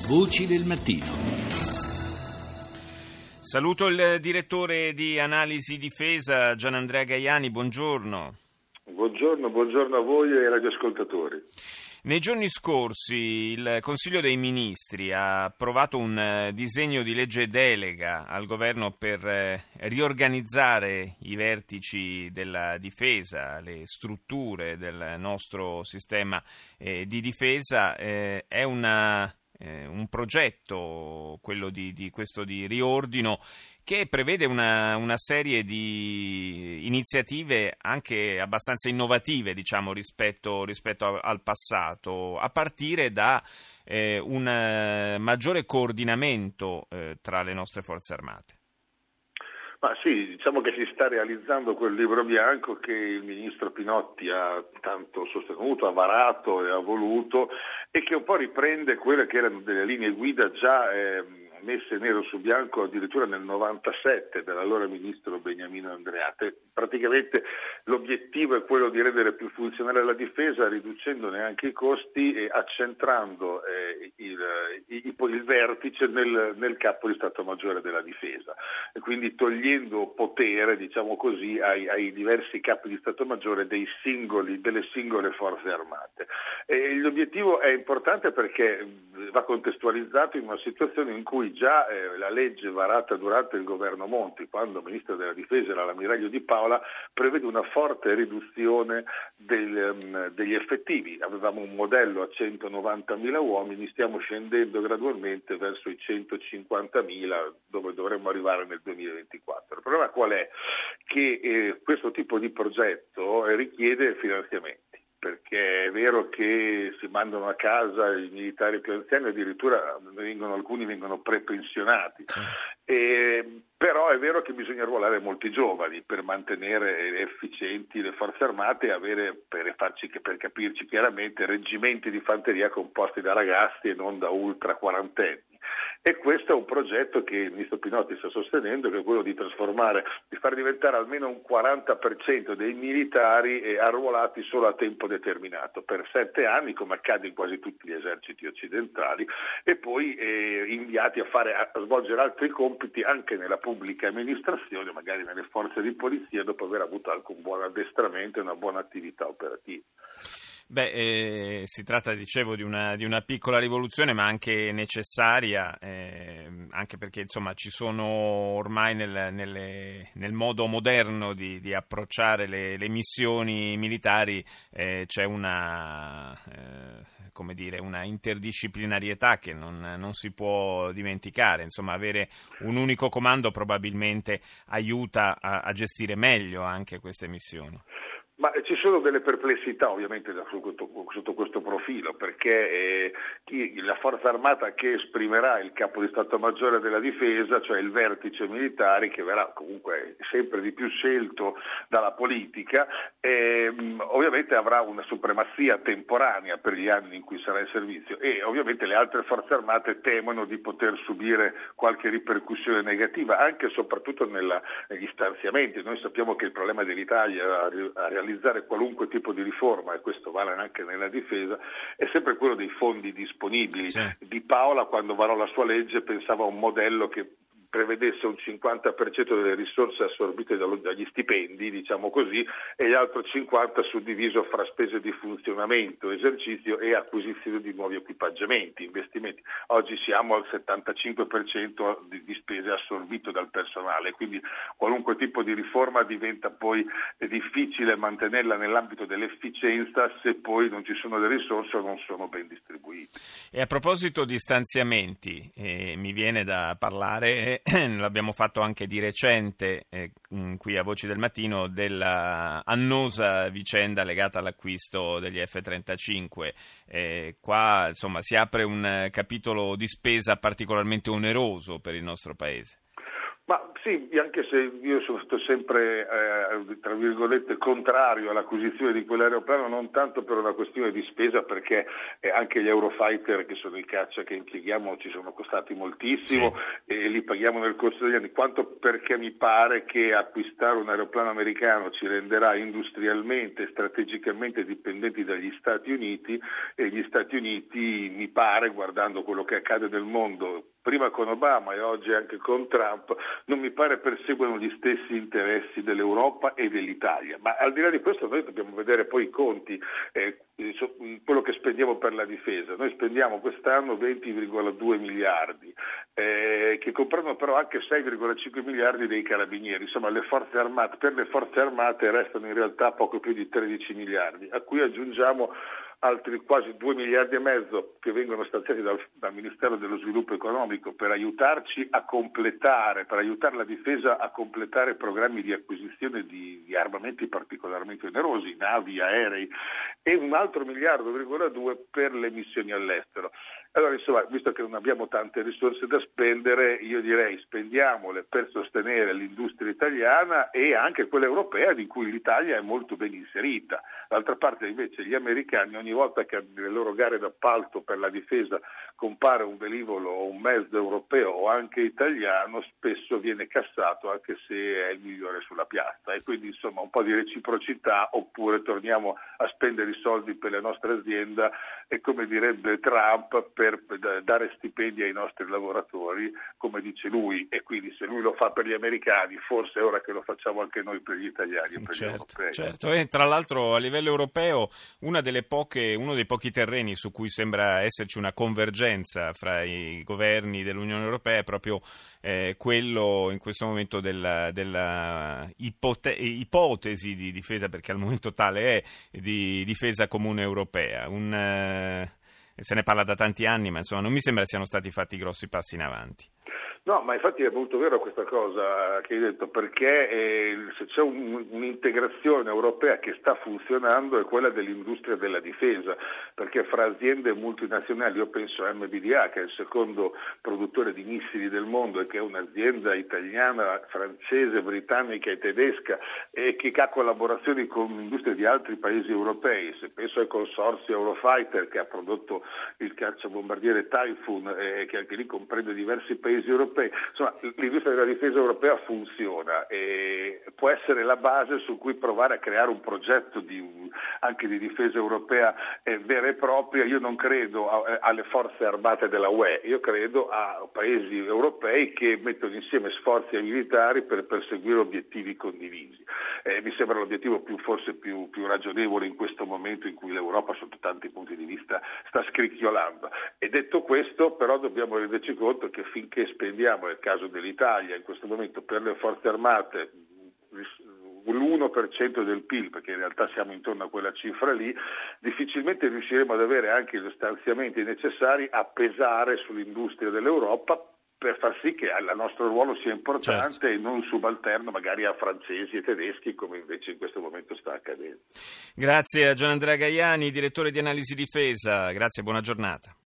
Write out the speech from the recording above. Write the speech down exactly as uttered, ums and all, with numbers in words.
Voci del mattino. Saluto il direttore di Analisi Difesa, Gianandrea Gaiani, buongiorno. Buongiorno, buongiorno a voi e ai radioascoltatori. Nei giorni scorsi il Consiglio dei Ministri ha approvato un disegno di legge delega al governo per riorganizzare i vertici della difesa, le strutture del nostro sistema di difesa. È una Eh, un progetto, quello di, di questo di riordino, che prevede una, una serie di iniziative anche abbastanza innovative, diciamo, rispetto, rispetto a, al passato, a partire da eh, un maggiore coordinamento eh, tra le nostre forze armate. Ma sì, diciamo che si sta realizzando quel libro bianco che il ministro Pinotti ha tanto sostenuto, ha varato e ha voluto, e che un po' riprende quelle che erano delle linee guida già eh, messe nero su bianco addirittura nel novantasette dall'allora ministro Beniamino Andreatte. Praticamente l'obiettivo è quello di rendere più funzionale la difesa, riducendone anche i costi e accentrando eh, il, il, il vertice nel, nel capo di Stato Maggiore della Difesa, e quindi togliendo potere, diciamo così, ai, ai diversi capi di Stato Maggiore dei singoli, delle singole forze armate. E l'obiettivo è importante perché va contestualizzato in una situazione in cui già eh, la legge varata durante il governo Monti, quando ministro della Difesa era l'ammiraglio Di Paola, prevede una forte riduzione del, um, degli effettivi. Avevamo un modello a centonovantamila uomini, stiamo scendendo gradualmente verso i centocinquantamila, dove dovremmo arrivare nel duemilaventiquattro. Il problema qual è? Che eh, questo tipo di progetto richiede finanziamenti. Perché è vero che si mandano a casa i militari più anziani, addirittura vengono, alcuni vengono prepensionati, sì. e, però è vero che bisogna arruolare molti giovani per mantenere efficienti le forze armate e avere, per, farci, per capirci chiaramente, reggimenti di fanteria composti da ragazzi e non da ultra quarantenni. E questo è un progetto che il ministro Pinotti sta sostenendo, che è quello di trasformare, di far diventare almeno un quaranta per cento dei militari eh, arruolati solo a tempo determinato, per sette anni, come accade in quasi tutti gli eserciti occidentali, e poi eh, inviati a, fare, a svolgere altri compiti anche nella pubblica amministrazione, magari nelle forze di polizia, dopo aver avuto anche un buon addestramento e una buona attività operativa. Beh, eh, si tratta, dicevo, di una, di una piccola rivoluzione, ma anche necessaria, eh, anche perché insomma ci sono ormai nel, nelle, nel modo moderno di, di approcciare le, le missioni militari, eh, c'è una, eh, come dire, una interdisciplinarietà che non, non si può dimenticare. Insomma, avere un unico comando probabilmente aiuta a, a gestire meglio anche queste missioni. Ma ci sono delle perplessità ovviamente sotto questo profilo, perché eh, chi, la forza armata che esprimerà il capo di Stato Maggiore della Difesa, cioè il vertice militare, che verrà comunque sempre di più scelto dalla politica, eh, ovviamente avrà una supremazia temporanea per gli anni in cui sarà in servizio, e ovviamente le altre forze armate temono di poter subire qualche ripercussione negativa, anche e soprattutto nella, negli stanziamenti. Noi sappiamo che il problema dell'Italia a realizzare qualunque tipo di riforma, e questo vale anche nella difesa, è sempre quello dei fondi disponibili. Sì. Di Paola, quando varò la sua legge, pensava a un modello che prevedesse un cinquanta per cento delle risorse assorbite dagli stipendi, diciamo così, e l'altro cinquanta per cento suddiviso fra spese di funzionamento, esercizio e acquisizione di nuovi equipaggiamenti, investimenti. Oggi siamo al settantacinque per cento di, di spese assorbito dal personale, quindi qualunque tipo di riforma diventa poi difficile mantenerla nell'ambito dell'efficienza se poi non ci sono le risorse o non sono ben distribuite. E a proposito di stanziamenti, eh, mi viene da parlare, l'abbiamo fatto anche di recente eh, qui a Voci del Mattino, della annosa vicenda legata all'acquisto degli F trentacinque. Eh, qua insomma si apre un capitolo di spesa particolarmente oneroso per il nostro paese. Ma sì, anche se io sono stato sempre, eh, tra virgolette, contrario all'acquisizione di quell'aeroplano, non tanto per una questione di spesa, perché eh, anche gli Eurofighter, che sono i caccia che impieghiamo, ci sono costati moltissimo, sì, e li paghiamo nel corso degli anni, quanto perché mi pare che acquistare un aeroplano americano ci renderà industrialmente e strategicamente dipendenti dagli Stati Uniti, e gli Stati Uniti, mi pare, guardando quello che accade nel mondo, prima con Obama e oggi anche con Trump, non mi pare perseguano gli stessi interessi dell'Europa e dell'Italia. Ma al di là di questo noi dobbiamo vedere poi i conti, eh, quello che spendiamo per la difesa. Noi spendiamo quest'anno venti virgola due miliardi, eh, che comprendono però anche sei virgola cinque miliardi dei carabinieri. Insomma, le forze armate, per le forze armate restano in realtà poco più di tredici miliardi, a cui aggiungiamo altri quasi due miliardi e mezzo che vengono stanziati dal, dal Ministero dello Sviluppo Economico per aiutarci a completare, per aiutare la difesa a completare programmi di acquisizione di, di armamenti particolarmente onerosi, navi, aerei, e un altro miliardo virgola due per le missioni all'estero. Allora, insomma, visto che non abbiamo tante risorse da spendere, io direi spendiamole per sostenere l'industria italiana e anche quella europea, di cui l'Italia è molto ben inserita. D'altra parte, invece, gli americani, ogni volta che nelle loro gare d'appalto per la difesa compare un velivolo o un mezzo europeo o anche italiano, spesso viene cassato, anche se è il migliore sulla piazza. E quindi, insomma, un po' di reciprocità, oppure torniamo a spendere i soldi per la nostra azienda e, come direbbe Trump, per dare stipendi ai nostri lavoratori, come dice lui, e quindi se lui lo fa per gli americani, forse è ora che lo facciamo anche noi per gli italiani e per certo, gli europei. Certo, e tra l'altro a livello europeo una delle poche, uno dei pochi terreni su cui sembra esserci una convergenza fra i governi dell'Unione Europea è proprio eh, quello in questo momento della, della ipote- ipotesi di difesa, perché al momento tale è, di difesa comune europea. Un eh, Se ne parla da tanti anni, ma insomma non mi sembra siano stati fatti grossi passi in avanti. No, ma infatti è molto vero questa cosa che hai detto, perché eh, se c'è un, un'integrazione europea che sta funzionando è quella dell'industria della difesa, perché fra aziende multinazionali, io penso a M B D A, che è il secondo produttore di missili del mondo e che è un'azienda italiana, francese, britannica e tedesca, e che ha collaborazioni con industrie di altri paesi europei. Se penso al consorzio Eurofighter che ha prodotto il cacciabombardiere Typhoon, eh, che anche lì comprende diversi paesi europei. Insomma, l'industria della difesa europea funziona e può essere la base su cui provare a creare un progetto di, anche di difesa europea eh, vera e propria. Io non credo a, alle forze armate della U E, io credo a paesi europei che mettono insieme sforzi militari per perseguire obiettivi condivisi. Eh, mi sembra l'obiettivo più, forse più, più ragionevole in questo momento in cui l'Europa sotto tanti punti di vista sta scricchiolando. E detto questo, però, dobbiamo renderci conto che finché spendiamo, nel caso dell'Italia in questo momento per le forze armate l'uno per cento del P I L, perché in realtà siamo intorno a quella cifra lì, difficilmente riusciremo ad avere anche gli stanziamenti necessari a pesare sull'industria dell'Europa per far sì che il nostro ruolo sia importante, certo, e non subalterno magari a francesi e tedeschi, come invece in questo momento sta accadendo. Grazie a Gianandrea Gaiani, direttore di Analisi Difesa. Grazie e buona giornata.